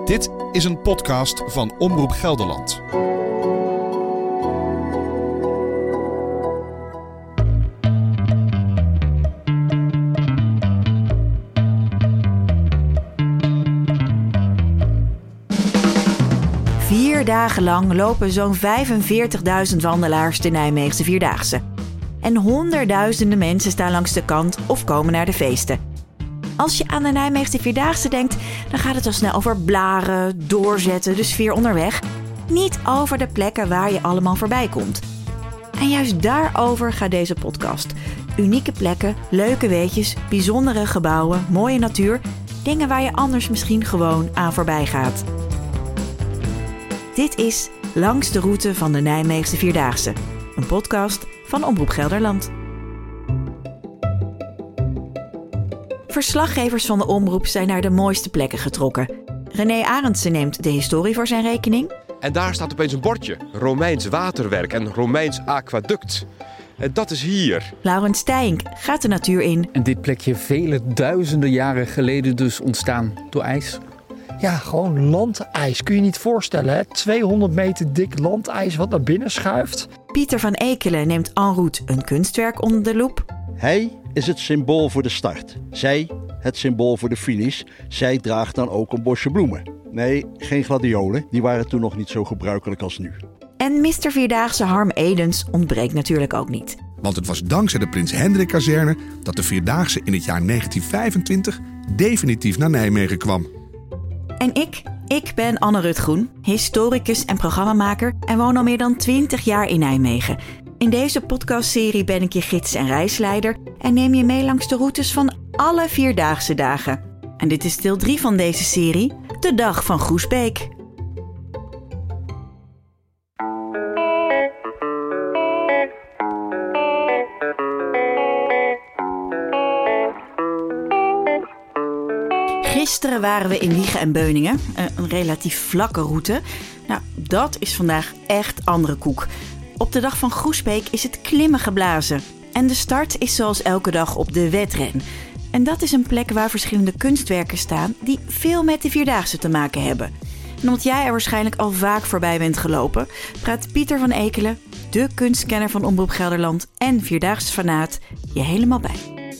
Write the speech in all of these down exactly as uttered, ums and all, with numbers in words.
Dit is een podcast van Omroep Gelderland. Vier dagen lang lopen zo'n vijfenveertigduizend wandelaars de Nijmeegse Vierdaagse. En honderdduizenden mensen staan langs de kant of komen naar de feesten. Als je aan de Nijmeegse Vierdaagse denkt, dan gaat het al snel over blaren, doorzetten, de sfeer onderweg. Niet over de plekken waar je allemaal voorbij komt. En juist daarover gaat deze podcast. Unieke plekken, leuke weetjes, bijzondere gebouwen, mooie natuur. Dingen waar je anders misschien gewoon aan voorbij gaat. Dit is Langs de route van de Nijmeegse Vierdaagse. Een podcast van Omroep Gelderland. Verslaggevers van de Omroep zijn naar de mooiste plekken getrokken. René Arendsen neemt de historie voor zijn rekening. En daar staat opeens een bordje. Romeins waterwerk en Romeins aquaduct. En dat is hier. Laurens Stijnk gaat de natuur in. En dit plekje vele duizenden jaren geleden dus ontstaan door ijs. Ja, gewoon landijs. Kun je niet voorstellen, hè? tweehonderd meter dik landijs wat naar binnen schuift. Pieter van Ekelen neemt en route een kunstwerk onder de loep. Hij is het symbool voor de start. Zij het symbool voor de finish. Zij draagt dan ook een bosje bloemen. Nee, geen gladiolen. Die waren toen nog niet zo gebruikelijk als nu. En mister Vierdaagse Harm Edens ontbreekt natuurlijk ook niet. Want het was dankzij de Prins Hendrik-kazerne dat de Vierdaagse in het jaar negentien vijfentwintig definitief naar Nijmegen kwam. En ik, ik ben Anne Rutgroen, historicus en programmamaker en woon al meer dan twintig jaar in Nijmegen. In deze podcastserie ben ik je gids en reisleider en neem je mee langs de routes van alle Vierdaagse dagen. En dit is deel drie van deze serie, de dag van Groesbeek. Gisteren waren we in Wijchen en Beuningen, een relatief vlakke route. Nou, dat is vandaag echt andere koek. Op de dag van Groesbeek is het klimmen geblazen. En de start is zoals elke dag op de wedren. En dat is een plek waar verschillende kunstwerken staan die veel met de Vierdaagse te maken hebben. En omdat jij er waarschijnlijk al vaak voorbij bent gelopen, praat Pieter van Ekelen, de kunstkenner van Omroep Gelderland en Vierdaagse fanaat, je helemaal bij.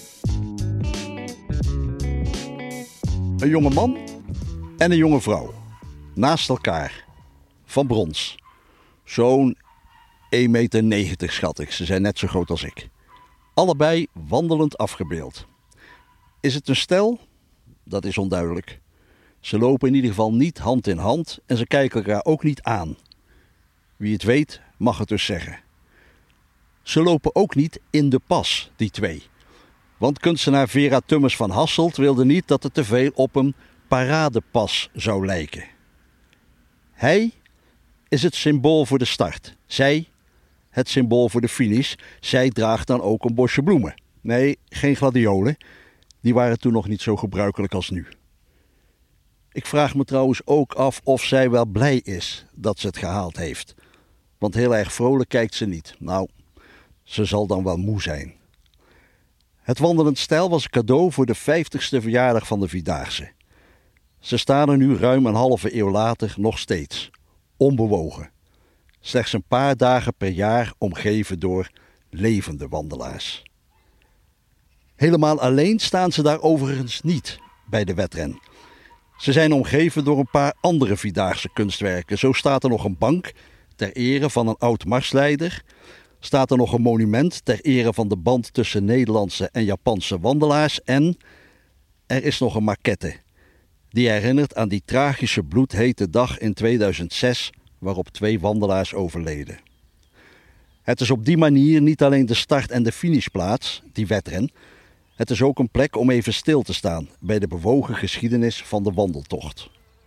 Een jonge man en een jonge vrouw. Naast elkaar. Van brons. Zo'n één meter negentig schat ik. Ze zijn net zo groot als ik. Allebei wandelend afgebeeld. Is het een stel? Dat is onduidelijk. Ze lopen in ieder geval niet hand in hand en ze kijken elkaar ook niet aan. Wie het weet mag het dus zeggen. Ze lopen ook niet in de pas, die twee. Want kunstenaar Vera Tummes van Hasselt wilde niet dat het te veel op een paradepas zou lijken. Hij is het symbool voor de start. Zij het symbool voor de finish. Zij draagt dan ook een bosje bloemen. Nee, geen gladiolen. Die waren toen nog niet zo gebruikelijk als nu. Ik vraag me trouwens ook af of zij wel blij is dat ze het gehaald heeft. Want heel erg vrolijk kijkt ze niet. Nou, ze zal dan wel moe zijn. Het wandelend stijl was een cadeau voor de vijftigste verjaardag van de Vierdaagse. Ze staan er nu ruim een halve eeuw later nog steeds. Onbewogen. Slechts een paar dagen per jaar omgeven door levende wandelaars. Helemaal alleen staan ze daar overigens niet bij de wedren. Ze zijn omgeven door een paar andere Vierdaagse kunstwerken. Zo staat er nog een bank ter ere van een oud marsleider. Staat er nog een monument ter ere van de band tussen Nederlandse en Japanse wandelaars. En er is nog een maquette die herinnert aan die tragische bloedhete dag in tweeduizend zes waarop twee wandelaars overleden. Het is op die manier niet alleen de start- en de finishplaats, die wedren. Het is ook een plek om even stil te staan bij de bewogen geschiedenis van de wandeltocht.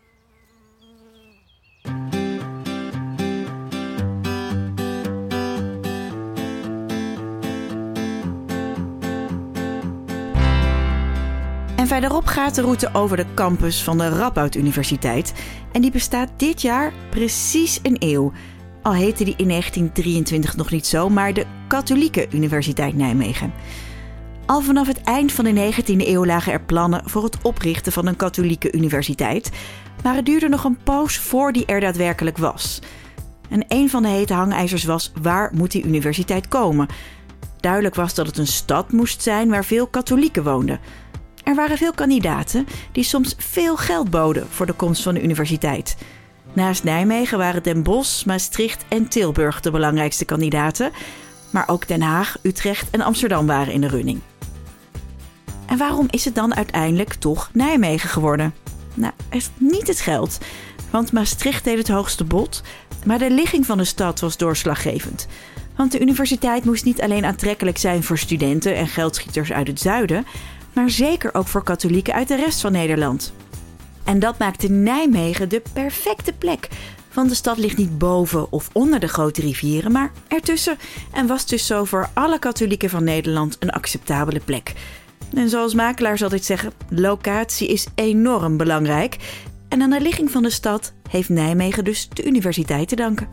En verderop gaat de route over de campus van de Radboud Universiteit. En die bestaat dit jaar precies een eeuw. Al heette die in negentien drieëntwintig nog niet zo, maar de Katholieke Universiteit Nijmegen. Al vanaf het eind van de negentiende eeuw lagen er plannen voor het oprichten van een katholieke universiteit. Maar het duurde nog een poos voor die er daadwerkelijk was. En een van de hete hangijzers was: waar moet die universiteit komen? Duidelijk was dat het een stad moest zijn waar veel katholieken woonden. Er waren veel kandidaten die soms veel geld boden voor de komst van de universiteit. Naast Nijmegen waren Den Bosch, Maastricht en Tilburg de belangrijkste kandidaten. Maar ook Den Haag, Utrecht en Amsterdam waren in de running. En waarom is het dan uiteindelijk toch Nijmegen geworden? Nou, echt niet het geld. Want Maastricht deed het hoogste bod, maar de ligging van de stad was doorslaggevend. Want de universiteit moest niet alleen aantrekkelijk zijn voor studenten en geldschieters uit het zuiden, maar zeker ook voor katholieken uit de rest van Nederland. En dat maakte Nijmegen de perfecte plek. Want de stad ligt niet boven of onder de grote rivieren, maar ertussen. En was dus zo voor alle katholieken van Nederland een acceptabele plek. En zoals makelaars altijd zeggen, locatie is enorm belangrijk. En aan de ligging van de stad heeft Nijmegen dus de universiteit te danken.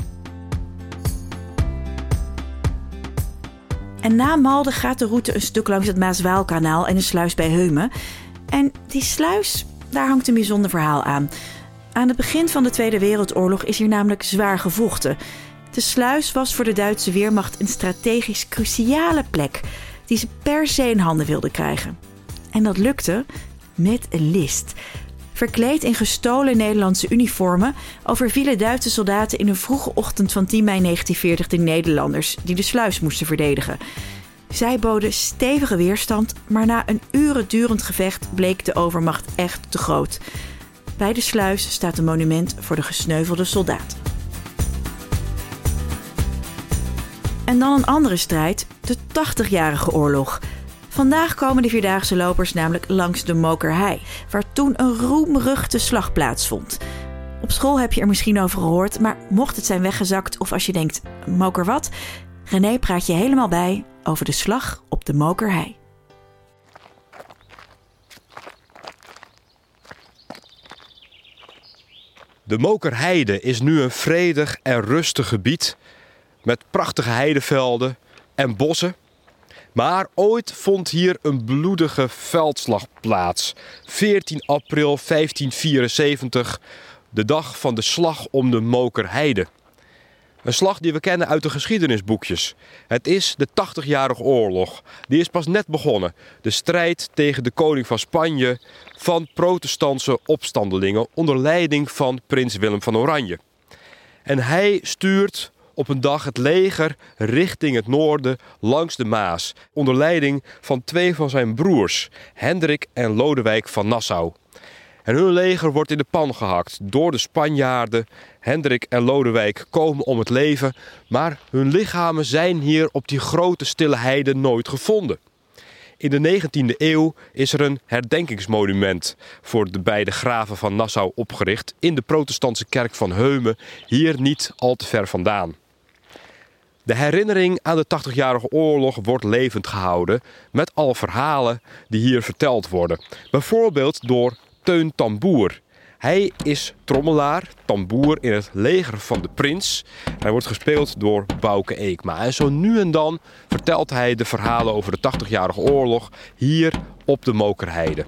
En na Malden gaat de route een stuk langs het Maas-Waalkanaal en een sluis bij Heumen. En die sluis, daar hangt een bijzonder verhaal aan. Aan het begin van de Tweede Wereldoorlog is hier namelijk zwaar gevochten. De sluis was voor de Duitse Weermacht een strategisch cruciale plek die ze per se in handen wilden krijgen. En dat lukte met een list. Verkleed in gestolen Nederlandse uniformen overvielen Duitse soldaten in een vroege ochtend van tien mei negentien veertig de Nederlanders die de sluis moesten verdedigen. Zij boden stevige weerstand, maar na een uren durend gevecht bleek de overmacht echt te groot. Bij de sluis staat een monument voor de gesneuvelde soldaat. En dan een andere strijd, de tachtigjarige oorlog. Vandaag komen de Vierdaagse lopers namelijk langs de Mokerhei, waar toen een roemruchte slag plaatsvond. Op school heb je er misschien over gehoord, maar mocht het zijn weggezakt of als je denkt, Moker wat? René praat je helemaal bij over de slag op de Mokerhei. De Mokerheide is nu een vredig en rustig gebied met prachtige heidevelden en bossen. Maar ooit vond hier een bloedige veldslag plaats. veertien april vijftienhonderdvierenzeventig, de dag van de slag om de Mokerheide. Een slag die we kennen uit de geschiedenisboekjes. Het is de tachtigjarige oorlog. Die is pas net begonnen. De strijd tegen de koning van Spanje van protestantse opstandelingen onder leiding van prins Willem van Oranje. En hij stuurt op een dag het leger richting het noorden langs de Maas, onder leiding van twee van zijn broers, Hendrik en Lodewijk van Nassau. En hun leger wordt in de pan gehakt door de Spanjaarden. Hendrik en Lodewijk komen om het leven, maar hun lichamen zijn hier op die grote stille heide nooit gevonden. In de negentiende eeuw is er een herdenkingsmonument voor de beide graven van Nassau opgericht in de protestantse kerk van Heumen, hier niet al te ver vandaan. De herinnering aan de tachtigjarige oorlog wordt levend gehouden met alle verhalen die hier verteld worden. Bijvoorbeeld door Teun Tamboer. Hij is trommelaar, tamboer in het leger van de prins. Hij wordt gespeeld door Bouke Eekma. En zo nu en dan vertelt hij de verhalen over de tachtigjarige oorlog hier op de Mokerheide.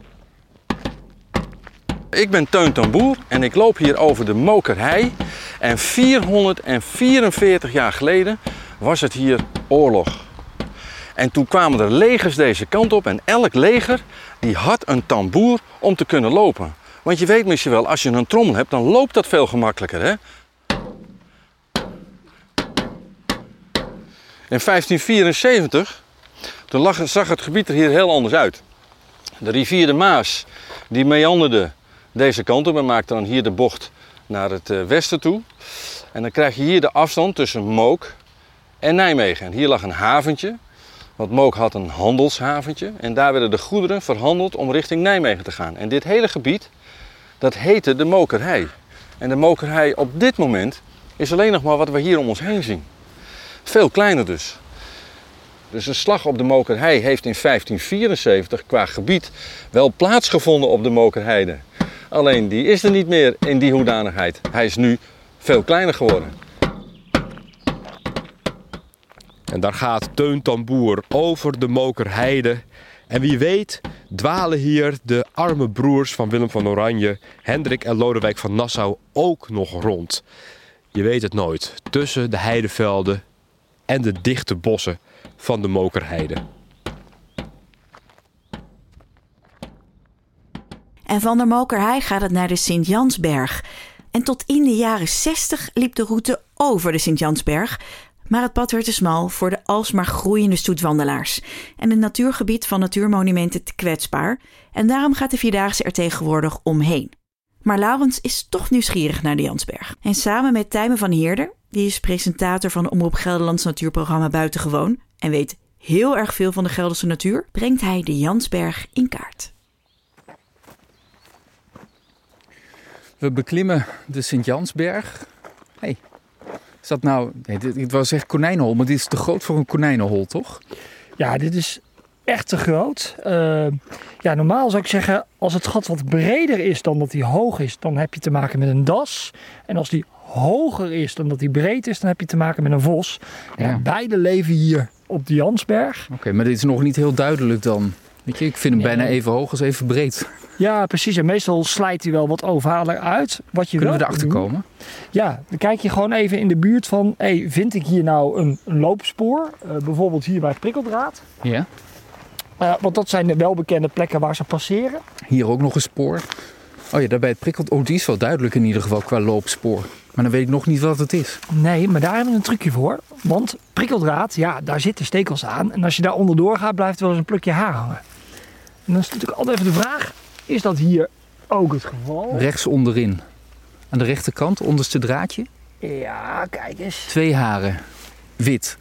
Ik ben Teun Tamboer en ik loop hier over de Mokerhei. En vierhonderdvierenveertig jaar geleden was het hier oorlog. En toen kwamen er legers deze kant op en elk leger die had een tamboer om te kunnen lopen. Want je weet misschien wel, als je een trommel hebt, dan loopt dat veel gemakkelijker, hè? In vijftien vierenzeventig, toen lag, zag het gebied er hier heel anders uit. De rivier de Maas, die meanderde deze kant op en maakte dan hier de bocht naar het westen toe. En dan krijg je hier de afstand tussen Mook en Nijmegen. En hier lag een haventje, want Mook had een handelshaventje. En daar werden de goederen verhandeld om richting Nijmegen te gaan. En dit hele gebied, dat heette de Mokerhei. En de Mokerhei op dit moment is alleen nog maar wat we hier om ons heen zien. Veel kleiner dus. Dus de slag op de Mokerhei heeft in vijftien vierenzeventig qua gebied wel plaatsgevonden op de Mokerheide. Alleen die is er niet meer in die hoedanigheid. Hij is nu veel kleiner geworden. En daar gaat Teun Tamboer over de Mokerheide. En wie weet dwalen hier de arme broers van Willem van Oranje, Hendrik en Lodewijk van Nassau, ook nog rond. Je weet het nooit, tussen de heidevelden en de dichte bossen van de Mokerheide. En van der Mokerhei gaat het naar de Sint-Jansberg. En tot in de jaren zestig liep de route over de Sint-Jansberg. Maar het pad werd te smal voor de alsmaar groeiende stoet wandelaars. En het natuurgebied van natuurmonumenten te kwetsbaar. En daarom gaat de Vierdaagse er tegenwoordig omheen. Maar Laurens is toch nieuwsgierig naar de Jansberg. En samen met Tijmen van Heerden, die is presentator van de Omroep Gelderlands natuurprogramma Buitengewoon en weet heel erg veel van de Gelderse natuur, brengt hij de Jansberg in kaart. We beklimmen de Sint-Jansberg. Hey, is dat nou... Nee, dit, ik wou zeggen konijnenhol, maar dit is te groot voor een konijnenhol, toch? Ja, dit is echt te groot. Uh, ja, normaal zou ik zeggen, als het gat wat breder is dan dat hij hoog is, dan heb je te maken met een das. En als die hoger is dan dat hij breed is, dan heb je te maken met een vos. Ja. Ja, beide leven hier op de Jansberg. Oké, okay, maar dit is nog niet heel duidelijk dan. Weet je, ik vind hem nee. bijna even hoog als even breed. Ja, precies. En meestal slijt hij wel wat ovaler uit. Wat je Kunnen wel we erachter doen. komen? Ja, dan kijk je gewoon even in de buurt van, hey, vind ik hier nou een, een loopspoor? Uh, bijvoorbeeld hier bij het prikkeldraad. Ja. Uh, want dat zijn de welbekende plekken waar ze passeren. Hier ook nog een spoor. Oh ja, daar bij het prikkeldraad. Oh, die is wel duidelijk in ieder geval qua loopspoor. Maar dan weet ik nog niet wat het is. Nee, maar daar hebben we een trucje voor. Want prikkeldraad, ja, daar zitten stekels aan. En als je daar onderdoor gaat, blijft er wel eens een plukje haar hangen. En dan is natuurlijk altijd even de vraag, is dat hier ook het geval? Rechts onderin. Aan de rechterkant, onderste draadje. Ja, kijk eens. Twee haren. Wit.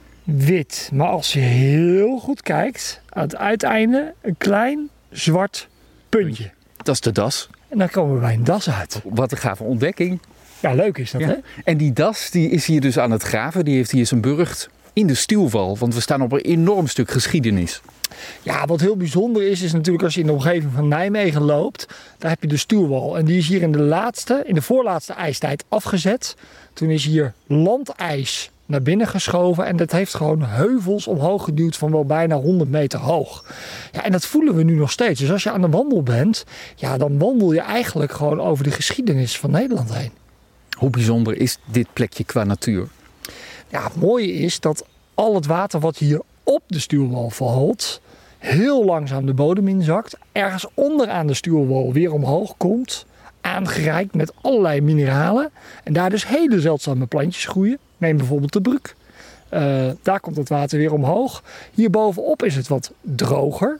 Wit. Maar als je heel goed kijkt, aan het uiteinde een klein zwart puntje. Dat is de das. En dan komen we bij een das uit. Wat een gave ontdekking. Ja, leuk is dat, ja. Hè? En die das die is hier dus aan het graven. Die heeft hier zijn burcht in de stuwwal. Want we staan op een enorm stuk geschiedenis. Ja, wat heel bijzonder is, is natuurlijk als je in de omgeving van Nijmegen loopt, daar heb je de stuwwal. En die is hier in de laatste, in de voorlaatste ijstijd afgezet. Toen is hier landijs naar binnen geschoven en dat heeft gewoon heuvels omhoog geduwd van wel bijna honderd meter hoog. Ja, en dat voelen we nu nog steeds. Dus als je aan de wandel bent, ja, dan wandel je eigenlijk gewoon over de geschiedenis van Nederland heen. Hoe bijzonder is dit plekje qua natuur? Ja, het mooie is dat al het water wat hier op de stuwwal valt, heel langzaam de bodem inzakt, ergens onderaan de stuwwal weer omhoog komt, aangereikt met allerlei mineralen en daar dus hele zeldzame plantjes groeien. Neem bijvoorbeeld de bruk. Uh, daar komt het water weer omhoog. Hierbovenop is het wat droger.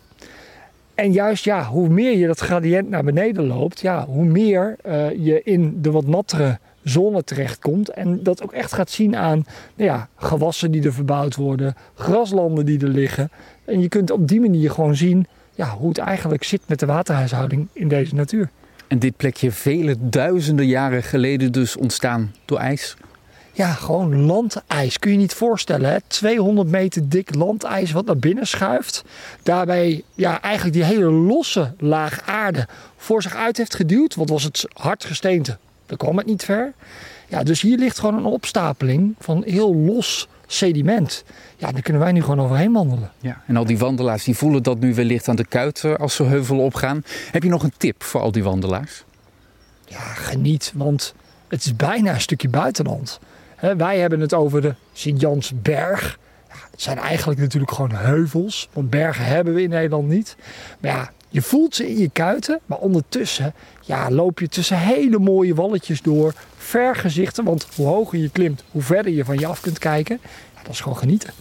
En juist ja, hoe meer je dat gradient naar beneden loopt, ja, hoe meer uh, je in de wat nattere zone terechtkomt. En dat ook echt gaat zien aan nou ja, gewassen die er verbouwd worden, graslanden die er liggen. En je kunt op die manier gewoon zien ja, hoe het eigenlijk zit met de waterhuishouding in deze natuur. En dit plekje vele duizenden jaren geleden dus ontstaan door ijs? Ja, gewoon landijs. Kun je niet voorstellen, hè? tweehonderd meter dik landijs wat naar binnen schuift. Daarbij ja, eigenlijk die hele losse laag aarde voor zich uit heeft geduwd. Want was het hard gesteente, dan kwam het niet ver. Ja, dus hier ligt gewoon een opstapeling van heel los sediment. Ja, daar kunnen wij nu gewoon overheen wandelen. Ja, en al die wandelaars die voelen dat nu wellicht aan de kuit als ze heuvelen opgaan. Heb je nog een tip voor al die wandelaars? Ja, geniet, want het is bijna een stukje buitenland. He, wij hebben het over de Sint-Jansberg. Ja, het zijn eigenlijk natuurlijk gewoon heuvels, want bergen hebben we in Nederland niet. Maar ja, je voelt ze in je kuiten, maar ondertussen ja, loop je tussen hele mooie walletjes door, vergezichten, want hoe hoger je klimt, hoe verder je van je af kunt kijken. Ja, dat is gewoon genieten.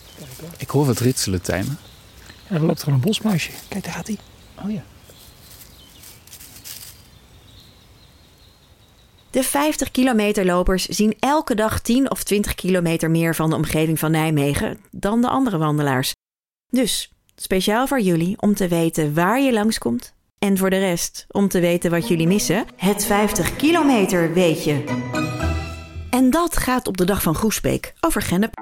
Ik hoor wat ritselen, Tijmen. Ja, er loopt gewoon een bosmuisje. Kijk, daar gaat hij. Oh ja. De vijftig kilometer lopers zien elke dag tien of twintig kilometer meer van de omgeving van Nijmegen dan de andere wandelaars. Dus speciaal voor jullie om te weten waar je langskomt en voor de rest om te weten wat jullie missen, het vijftig kilometer weetje. En dat gaat op de dag van Groesbeek over Gennep.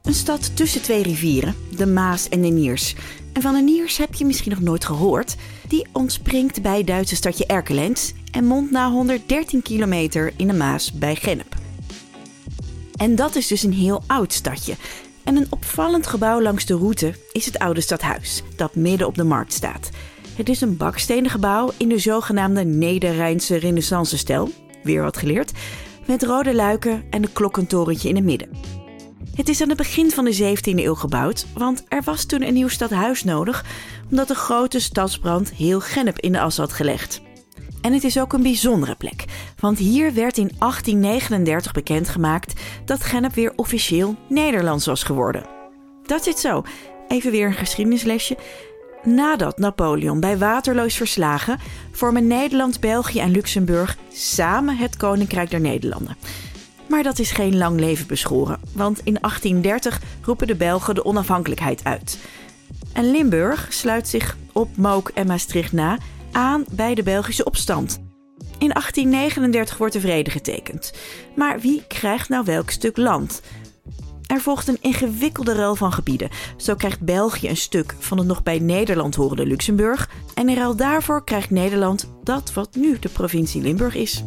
Een stad tussen twee rivieren, de Maas en de Niers. En van de Niers heb je misschien nog nooit gehoord. Die ontspringt bij het Duitse stadje Erkelenz en mondt na honderddertien kilometer in de Maas bij Gennep. En dat is dus een heel oud stadje. En een opvallend gebouw langs de route is het oude stadhuis, dat midden op de markt staat. Het is een bakstenen gebouw in de zogenaamde Nederrijnse renaissance-stijl, weer wat geleerd, met rode luiken en een klokkentorentje in het midden. Het is aan het begin van de zeventiende eeuw gebouwd, want er was toen een nieuw stadhuis nodig, omdat de grote stadsbrand heel Gennep in de as had gelegd. En het is ook een bijzondere plek, want hier werd in achttien negenendertig bekendgemaakt dat Gennep weer officieel Nederlands was geworden. Dat zit zo. Even weer een geschiedenislesje. Nadat Napoleon bij Waterloo is verslagen, vormen Nederland, België en Luxemburg samen het Koninkrijk der Nederlanden. Maar dat is geen lang leven beschoren, want in achttien dertig roepen de Belgen de onafhankelijkheid uit. En Limburg sluit zich op Mook en Maastricht na aan bij de Belgische opstand. In achttien negenendertig wordt de vrede getekend. Maar wie krijgt nou welk stuk land? Er volgt een ingewikkelde ruil van gebieden. Zo krijgt België een stuk van het nog bij Nederland horende Luxemburg. En in ruil daarvoor krijgt Nederland dat wat nu de provincie Limburg is.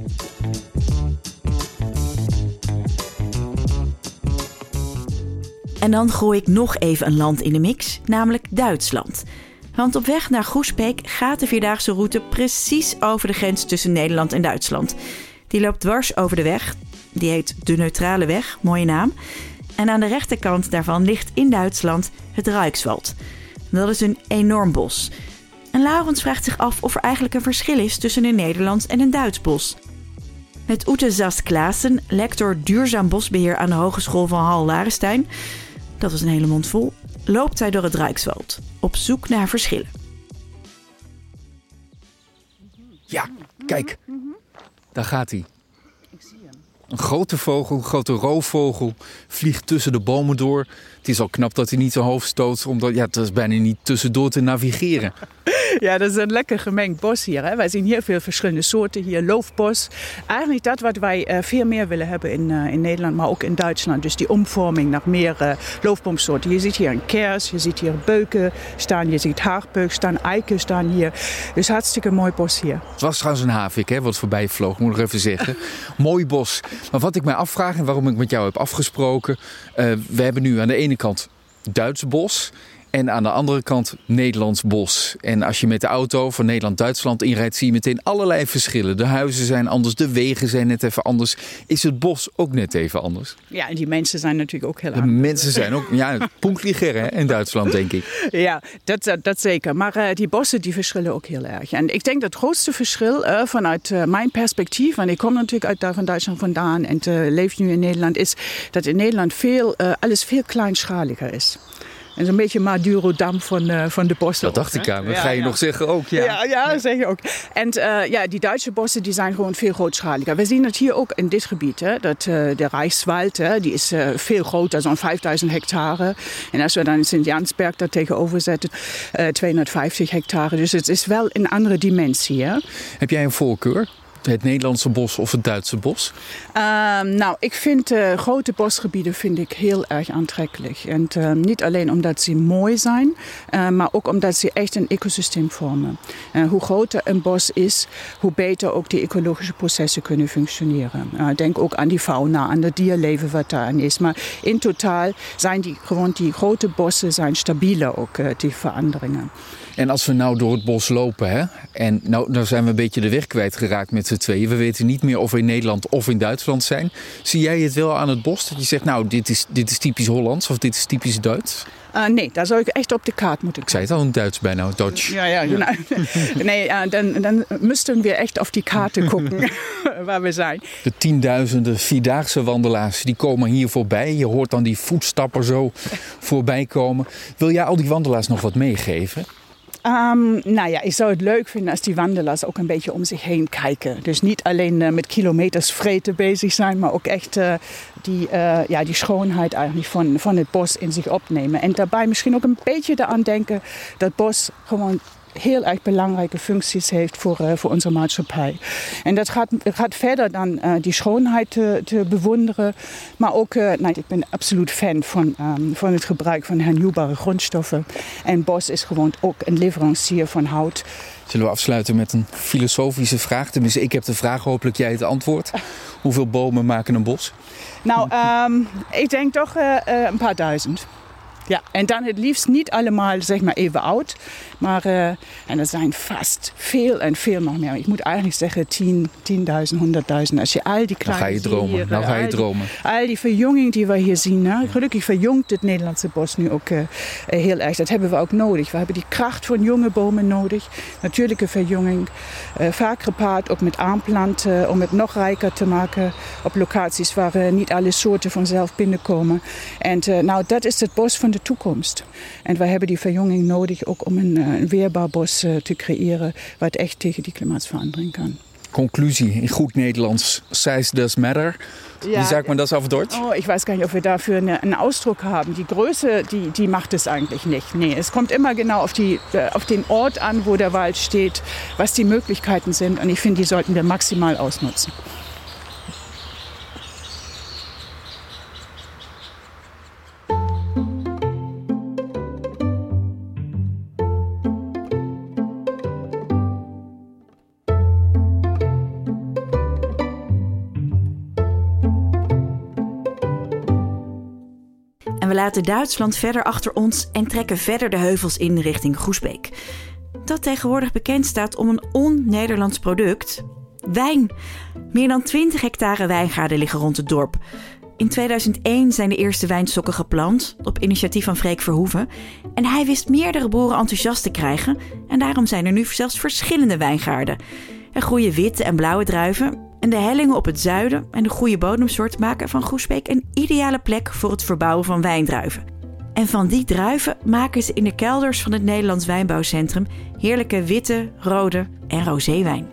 En dan gooi ik nog even een land in de mix, namelijk Duitsland. Want op weg naar Groesbeek gaat de vierdaagse route precies over de grens tussen Nederland en Duitsland. Die loopt dwars over de weg. Die heet de Neutrale Weg, mooie naam. En aan de rechterkant daarvan ligt in Duitsland het Reichswald. Dat is een enorm bos. En Laurens vraagt zich af of er eigenlijk een verschil is tussen een Nederlands en een Duits bos. Met Ute Zast-Klaassen, lector duurzaam bosbeheer aan de Hogeschool van Halle-Larenstein, dat was een hele mond vol, loopt hij door het Reichswald op zoek naar verschillen. Ja, kijk. Daar gaat hij. Een grote vogel, een grote roofvogel, vliegt tussen de bomen door. Het is al knap dat hij niet zijn hoofd stoot, omdat ja, het is bijna niet tussendoor te navigeren. Ja, dat is een lekker gemengd bos hier. Hè. Wij zien hier veel verschillende soorten. Hier loofbos. Eigenlijk dat wat wij uh, veel meer willen hebben in, uh, in Nederland, maar ook in Duitsland. Dus die omvorming naar meer uh, loofboomsoorten. Je ziet hier een kers, je ziet hier beuken staan, je ziet haagbeuk staan, eiken staan hier. Dus hartstikke mooi bos hier. Het was trouwens een havik, hè, wat voorbij vloog, moet ik nog even zeggen. Mooi bos. Maar wat ik mij afvraag en waarom ik met jou heb afgesproken. Uh, we hebben nu aan de ene kant Duits bos. En aan de andere kant Nederlands bos. En als je met de auto van Nederland-Duitsland inrijdt, zie je meteen allerlei verschillen. De huizen zijn anders, de wegen zijn net even anders. Is het bos ook net even anders? Ja, en die mensen zijn natuurlijk ook heel de anders. De mensen zijn ook, ja, punktliger in Duitsland, denk ik. Ja, dat, dat zeker. Maar uh, die bossen die verschillen ook heel erg. En ik denk dat het grootste verschil uh, vanuit uh, mijn perspectief, want ik kom natuurlijk uit daar van Duitsland vandaan en uh, leef nu in Nederland, is dat in Nederland veel, uh, alles veel kleinschaliger is. En zo'n beetje Madurodam van, uh, van de bossen. Dat dacht ik aan. Dat ja, ga je ja. nog zeggen ook. Ja, ja, ja dat zeg je ook. En uh, ja, die Duitse bossen die zijn gewoon veel grootschaliger. We zien het hier ook in dit gebied. Hè, dat uh, de Reichswald, hè, die is uh, veel groter, zo'n vijfduizend hectare. En als we dan Sint-Jansberg daar tegenover zetten, uh, tweehonderdvijftig hectare. Dus het is wel een andere dimensie. Hè. Heb jij een voorkeur? Het Nederlandse bos of het Duitse bos? Uh, nou, ik vind uh, grote bosgebieden vind ik heel erg aantrekkelijk. En uh, niet alleen omdat ze mooi zijn, uh, maar ook omdat ze echt een ecosysteem vormen. Uh, hoe groter een bos is, hoe beter ook die ecologische processen kunnen functioneren. Uh, denk ook aan die fauna, aan het dierleven wat daarin is. Maar in totaal zijn die, gewoon die grote bossen zijn stabieler ook, uh, die veranderingen. En als we nou door het bos lopen, hè, en nou, nou zijn we een beetje de weg kwijtgeraakt met z'n tweeën. We weten niet meer of we in Nederland of in Duitsland zijn. Zie jij het wel aan het bos? Dat je zegt, nou, dit is, dit is typisch Hollands of dit is typisch Duits? Uh, nee, daar zou ik echt op de kaart moeten kijken. Ik zei het al in Duits bijna, Dutch. Ja, ja, ja. Nee, uh, dan, dan moesten we echt op die kaarten gucken waar we zijn. De tienduizenden vierdaagse wandelaars, die komen hier voorbij. Je hoort dan die voetstapper zo voorbij komen. Wil jij al die wandelaars nog wat meegeven? Um, nou ja, ik zou het leuk vinden als die wandelaars ook een beetje om zich heen kijken. Dus niet alleen uh, met kilometers vreten bezig zijn, maar ook echt uh, die, uh, ja, die schoonheid eigenlijk van, van het bos in zich opnemen. En daarbij misschien ook een beetje eraan denken dat bos gewoon heel erg belangrijke functies heeft voor, uh, voor onze maatschappij. En dat gaat, gaat verder dan uh, die schoonheid te, te bewonderen. Maar ook, uh, nee, ik ben absoluut fan van, um, van het gebruik van hernieuwbare grondstoffen. En bos is gewoon ook een leverancier van hout. Zullen we afsluiten met een filosofische vraag? Tenminste, ik heb de vraag, hopelijk jij het antwoord. Hoeveel bomen maken een bos? Nou, um, ik denk toch uh, uh, een paar duizend. Ja, en dan het liefst niet allemaal zeg maar even oud. Maar uh, en er zijn vast veel en veel nog meer. Ik moet eigenlijk zeggen tien, tienduizend, honderdduizend. Als je al die kleine nou ga je dromen. Dieren, nou ga je al dromen. Die, al die verjonging die we hier zien. Hè? Gelukkig verjongt het Nederlandse bos nu ook uh, heel erg. Dat hebben we ook nodig. We hebben die kracht van jonge bomen nodig. Natuurlijke verjonging. Uh, vaak gepaard ook met aanplanten. Om het nog rijker te maken. Op locaties waar uh, niet alle soorten vanzelf binnenkomen. En uh, nou, dat is het bos van de toekomst. En wij hebben die verjonging nodig ook om een, een weerbaar bos uh, te creëren wat echt tegen die klimaatsverandering kan. Conclusie in goed Nederlands. Size does matter. Ja, Wie sagt man das auf Deutsch? Oh, ich weiß gar nicht, ob wir dafür eine, einen Ausdruck haben. Die Größe, die, die macht es eigentlich nicht. Nee, es kommt immer genau auf, die, auf den Ort an, wo der Wald steht, was die Möglichkeiten sind. Und ich finde, die sollten wir maximal ausnutzen. En we laten Duitsland verder achter ons en trekken verder de heuvels in richting Groesbeek. Dat tegenwoordig bekend staat om een on-Nederlands product: wijn. Meer dan twintig hectare wijngaarden liggen rond het dorp. In tweeduizend één zijn de eerste wijnstokken geplant, op initiatief van Freek Verhoeven. En hij wist meerdere boeren enthousiast te krijgen. En daarom zijn er nu zelfs verschillende wijngaarden. Er groeien witte en blauwe druiven. En de hellingen op het zuiden en de goede bodemsoort maken van Groesbeek een ideale plek voor het verbouwen van wijndruiven. En van die druiven maken ze in de kelders van het Nederlands Wijnbouwcentrum heerlijke witte, rode en roséwijn.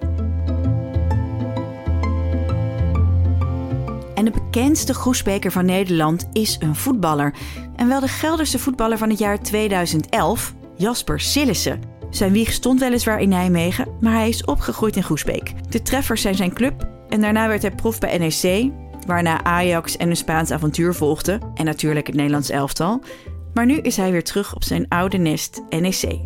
En de bekendste Groesbeker van Nederland is een voetballer. En wel de Gelderse voetballer van het jaar tweeduizend elf, Jasper Sillissen. Zijn wieg stond weliswaar in Nijmegen, maar hij is opgegroeid in Groesbeek. De Treffers zijn zijn club en daarna werd hij prof bij N E C, waarna Ajax en een Spaans avontuur volgden en natuurlijk het Nederlands elftal. Maar nu is hij weer terug op zijn oude nest N E C.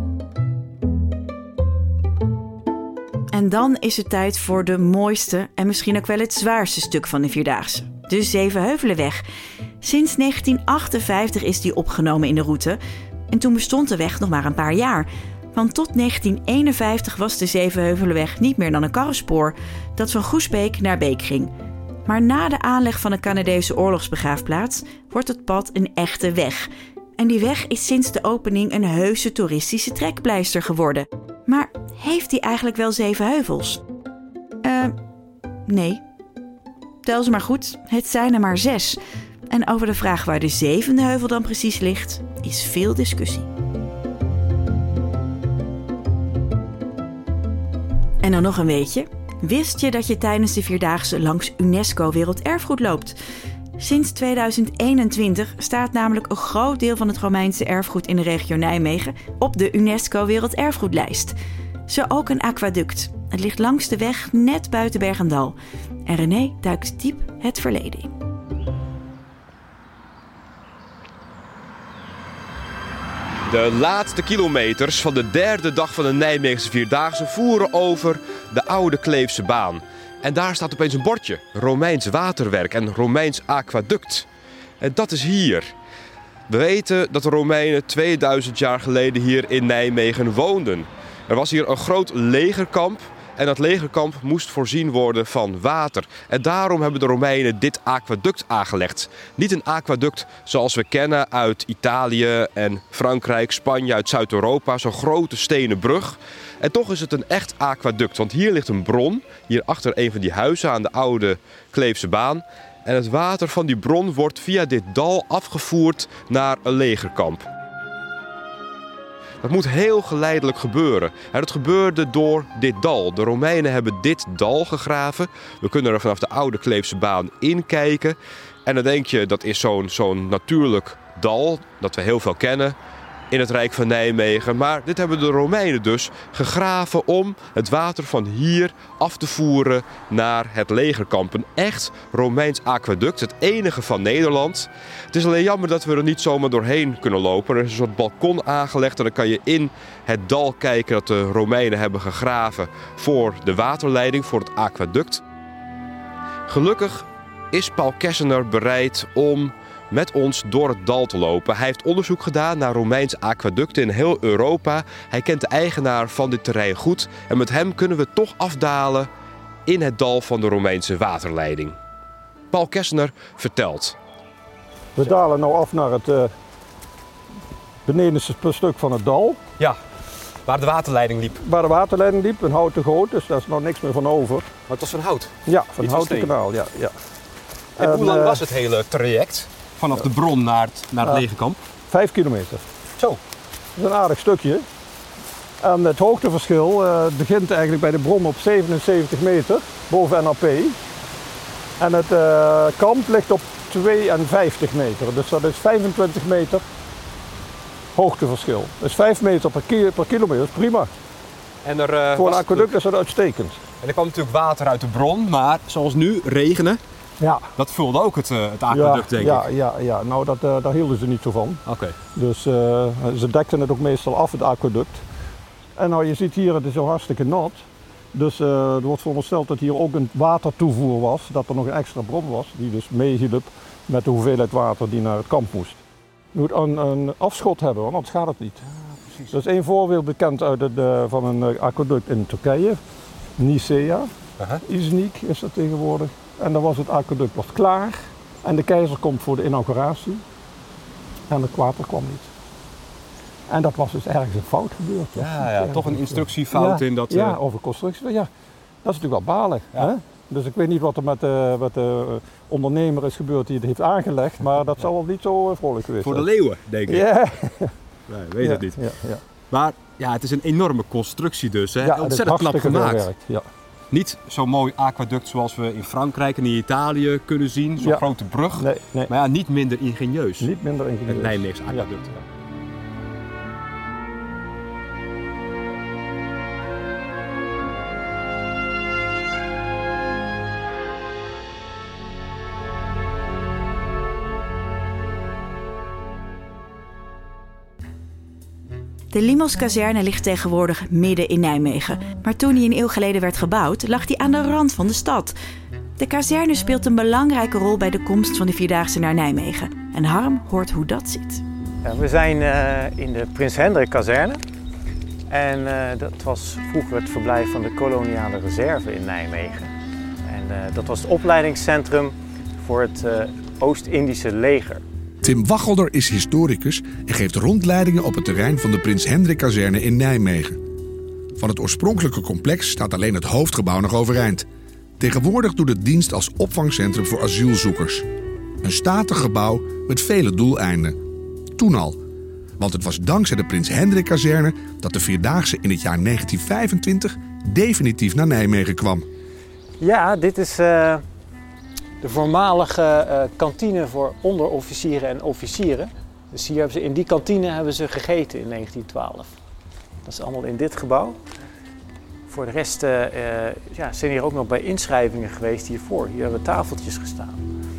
En dan is het tijd voor de mooiste en misschien ook wel het zwaarste stuk van de Vierdaagse. De Zevenheuvelenweg. Sinds negentien achtenvijftig is die opgenomen in de route. En toen bestond de weg nog maar een paar jaar. Want tot negentien eenenvijftig was de Zevenheuvelenweg niet meer dan een karrenspoor dat van Groesbeek naar Beek ging. Maar na de aanleg van de Canadese oorlogsbegraafplaats wordt het pad een echte weg. En die weg is sinds de opening een heuse toeristische trekpleister geworden. Maar heeft die eigenlijk wel zeven heuvels? Eh, uh, nee. Tel ze maar goed, het zijn er maar zes. En over de vraag waar de zevende heuvel dan precies ligt, is veel discussie. En dan nog een weetje. Wist je dat je tijdens de Vierdaagse langs UNESCO Werelderfgoed loopt? Sinds tweeduizend eenentwintig staat namelijk een groot deel van het Romeinse erfgoed in de regio Nijmegen op de UNESCO Werelderfgoedlijst. Zo ook een aquaduct. Het ligt langs de weg net buiten Bergendal. En René duikt diep het verleden in. De laatste kilometers van de derde dag van de Nijmeegse Vierdaagse voeren over de oude Kleefse baan. En daar staat opeens een bordje, Romeins waterwerk en Romeins aquaduct. En dat is hier. We weten dat de Romeinen tweeduizend jaar geleden hier in Nijmegen woonden. Er was hier een groot legerkamp en dat legerkamp moest voorzien worden van water. En daarom hebben de Romeinen dit aquaduct aangelegd. Niet een aquaduct zoals we kennen uit Italië en Frankrijk, Spanje, uit Zuid-Europa. Zo'n grote stenen brug. En toch is het een echt aquaduct, want hier ligt een bron. Hier achter een van die huizen aan de oude Kleefse baan. En het water van die bron wordt via dit dal afgevoerd naar een legerkamp. Dat moet heel geleidelijk gebeuren. En dat gebeurde door dit dal. De Romeinen hebben dit dal gegraven. We kunnen er vanaf de oude Kleefse baan inkijken. En dan denk je, dat is zo'n zo'n natuurlijk dal dat we heel veel kennen. in het Rijk van Nijmegen. Maar dit hebben de Romeinen dus gegraven om het water van hier af te voeren naar het legerkamp. Een echt Romeins aquaduct, het enige van Nederland. Het is alleen jammer dat we er niet zomaar doorheen kunnen lopen. Er is een soort balkon aangelegd en dan kan je in het dal kijken dat de Romeinen hebben gegraven voor de waterleiding, voor het aquaduct. Gelukkig is Paul Kessener bereid om met ons door het dal te lopen. Hij heeft onderzoek gedaan naar Romeins aquaducten in heel Europa. Hij kent de eigenaar van dit terrein goed. En met hem kunnen we toch afdalen in het dal van de Romeinse waterleiding. Paul Kessener vertelt. We dalen nu af naar het uh, benedenste stuk van het dal. Ja, waar de waterleiding liep. Waar de waterleiding liep, een houten goot, dus daar is nog niks meer van over. Maar het was van hout? Ja, van het houten kanaal, ja. ja. En, en hoe lang uh, was het hele traject? Vanaf de bron naar het, naar het uh, legerkamp? Vijf kilometer. Zo. Dat is een aardig stukje. En het hoogteverschil uh, begint eigenlijk bij de bron op zevenenzeventig meter boven N A P. En het uh, kamp ligt op tweeënvijftig meter. Dus dat is vijfentwintig meter hoogteverschil. Dus vijf meter per, ki per kilometer, dat is prima. En er, uh, Voor een aquaduct is dat uitstekend. En er kwam natuurlijk water uit de bron, maar zoals nu, regenen. Ja. Dat vulde ook het, uh, het aquaduct, ja, denk ja, ik. Ja, ja. Nou, dat, uh, daar hielden ze niet zo van. Oké. Okay. Dus uh, ze dekten het ook meestal af, het aquaduct. En nou, je ziet hier, het is zo hartstikke nat. Dus uh, er wordt verondersteld dat hier ook een watertoevoer was. Dat er nog een extra bron was, die dus meehielp met de hoeveelheid water die naar het kamp moest. Je moet een, een afschot hebben, want anders gaat het niet. Ja, er is één voorbeeld bekend uit het, uh, van een aquaduct in Turkije. Nicea. Uh-huh. Iznik is dat tegenwoordig. En dan was het aquaduct was klaar. En de keizer komt voor de inauguratie. En het water kwam niet. En dat was dus ergens een fout gebeurd. Ja, ja, toch een instructiefout ja, in dat... Ja, uh... over constructie. Ja, dat is natuurlijk wel balen. Ja. Hè? Dus ik weet niet wat er met de, met de ondernemer is gebeurd die het heeft aangelegd. Maar dat zal wel niet zo vrolijk geweest voor zijn. Voor de leeuwen, denk ik. Ja. Nee, weet ja, het niet. Ja, ja. Maar ja, het is een enorme constructie dus. Hè? Ja, ontzettend knap gemaakt. Werkt, ja. Niet zo'n mooi aquaduct zoals we in Frankrijk en in Italië kunnen zien. Zo'n ja. grote brug. Nee, nee. Maar ja, niet minder ingenieus. Niet minder ingenieus. Het Nijmeegse aquaduct. Ja. De Limos-kazerne ligt tegenwoordig midden in Nijmegen. Maar toen die een eeuw geleden werd gebouwd, lag die aan de rand van de stad. De kazerne speelt een belangrijke rol bij de komst van de Vierdaagse naar Nijmegen. En Harm hoort hoe dat zit. Ja, we zijn uh, in de Prins Hendrik-kazerne. En uh, dat was vroeger het verblijf van de koloniale reserve in Nijmegen. En uh, dat was het opleidingscentrum voor het uh, Oost-Indische leger. Tim Wachelder is historicus en geeft rondleidingen op het terrein van de Prins Hendrik-kazerne in Nijmegen. Van het oorspronkelijke complex staat alleen het hoofdgebouw nog overeind. Tegenwoordig doet het dienst als opvangcentrum voor asielzoekers. Een statig gebouw met vele doeleinden. Toen al. Want het was dankzij de Prins Hendrik-kazerne dat de Vierdaagse in het jaar negentien vijfentwintig definitief naar Nijmegen kwam. Ja, dit is uh, de voormalige uh, kantine voor onderofficieren en officieren. Dus hier hebben ze, in die kantine hebben ze gegeten in negentien twaalf. Dat is allemaal in dit gebouw. Voor de rest uh, uh, ja, zijn hier ook nog bij inschrijvingen geweest hiervoor. Hier hebben tafeltjes gestaan.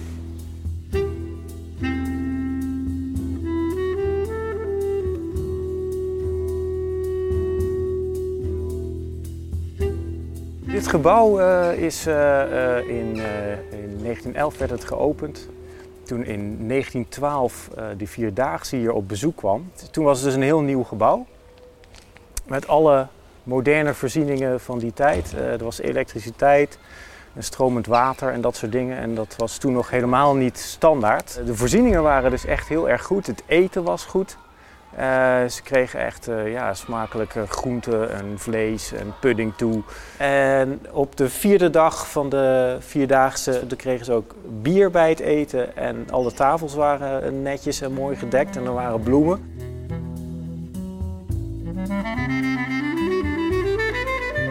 Dit gebouw uh, is uh, uh, in, uh, in negentien elf werd het geopend. Toen in negentien twaalf uh, de Vierdaagse hier op bezoek kwam. Toen was het dus een heel nieuw gebouw. Met alle moderne voorzieningen van die tijd. Uh, er was elektriciteit, en stromend water en dat soort dingen. En dat was toen nog helemaal niet standaard. De voorzieningen waren dus echt heel erg goed. Het eten was goed. Uh, ze kregen echt uh, ja, smakelijke groenten en vlees en pudding toe. En op de vierde dag van de Vierdaagse kregen ze ook bier bij het eten. En alle tafels waren netjes en mooi gedekt en er waren bloemen.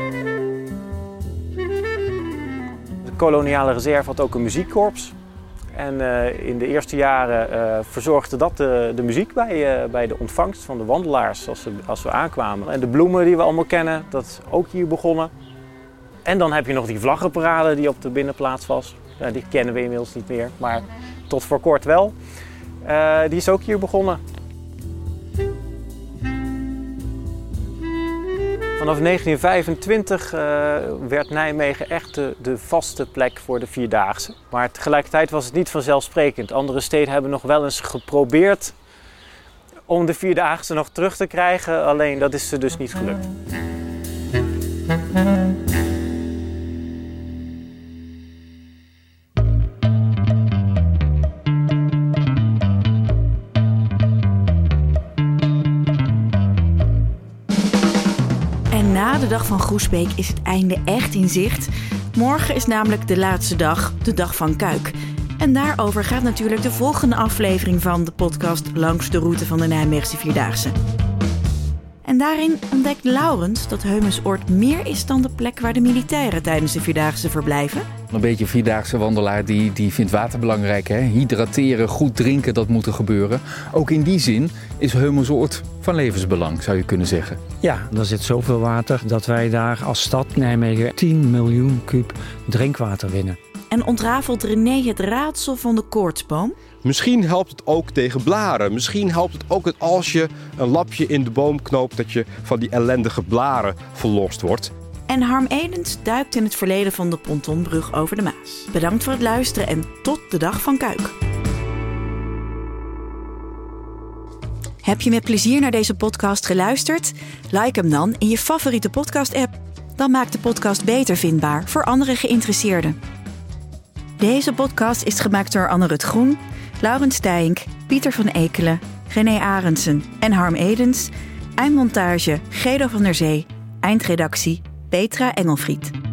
De koloniale reserve had ook een muziekkorps. En uh, in de eerste jaren uh, verzorgde dat de, de muziek bij, uh, bij de ontvangst van de wandelaars als, ze, als we aankwamen. En de bloemen die we allemaal kennen, dat is ook hier begonnen. En dan heb je nog die vlaggenparade die op de binnenplaats was. Uh, die kennen we inmiddels niet meer, maar tot voor kort wel. Uh, die is ook hier begonnen. Vanaf negentien vijfentwintig uh, werd Nijmegen echt de, de vaste plek voor de Vierdaagse. Maar tegelijkertijd was het niet vanzelfsprekend. Andere steden hebben nog wel eens geprobeerd om de Vierdaagse nog terug te krijgen. Alleen dat is ze dus niet gelukt. Na de dag van Groesbeek is het einde echt in zicht. Morgen is namelijk de laatste dag, de dag van Kuik. En daarover gaat natuurlijk de volgende aflevering van de podcast Langs de route van de Nijmeegse Vierdaagse. En daarin ontdekt Laurens dat Heumensoord meer is dan de plek waar de militairen tijdens de Vierdaagse verblijven. Een beetje een Vierdaagse wandelaar die, die vindt water belangrijk. Hè? Hydrateren, goed drinken, dat moet er gebeuren. Ook in die zin is Heumensoord van levensbelang, zou je kunnen zeggen. Ja, er zit zoveel water dat wij daar als stad Nijmegen tien miljoen kuub drinkwater winnen. En ontrafelt René het raadsel van de koortsboom? Misschien helpt het ook tegen blaren. Misschien helpt het ook als je een lapje in de boom knoopt dat je van die ellendige blaren verlost wordt. En Harm Edens duikt in het verleden van de pontonbrug over de Maas. Bedankt voor het luisteren en tot de dag van Kuik. Heb je met plezier naar deze podcast geluisterd? Like hem dan in je favoriete podcast-app. Dan maakt de podcast beter vindbaar voor andere geïnteresseerden. Deze podcast is gemaakt door Anne-Rut Groen, Laurens Stijnk, Pieter van Ekelen, René Arendsen en Harm Edens. Eindmontage Gedo van der Zee. Eindredactie Petra Engelfried.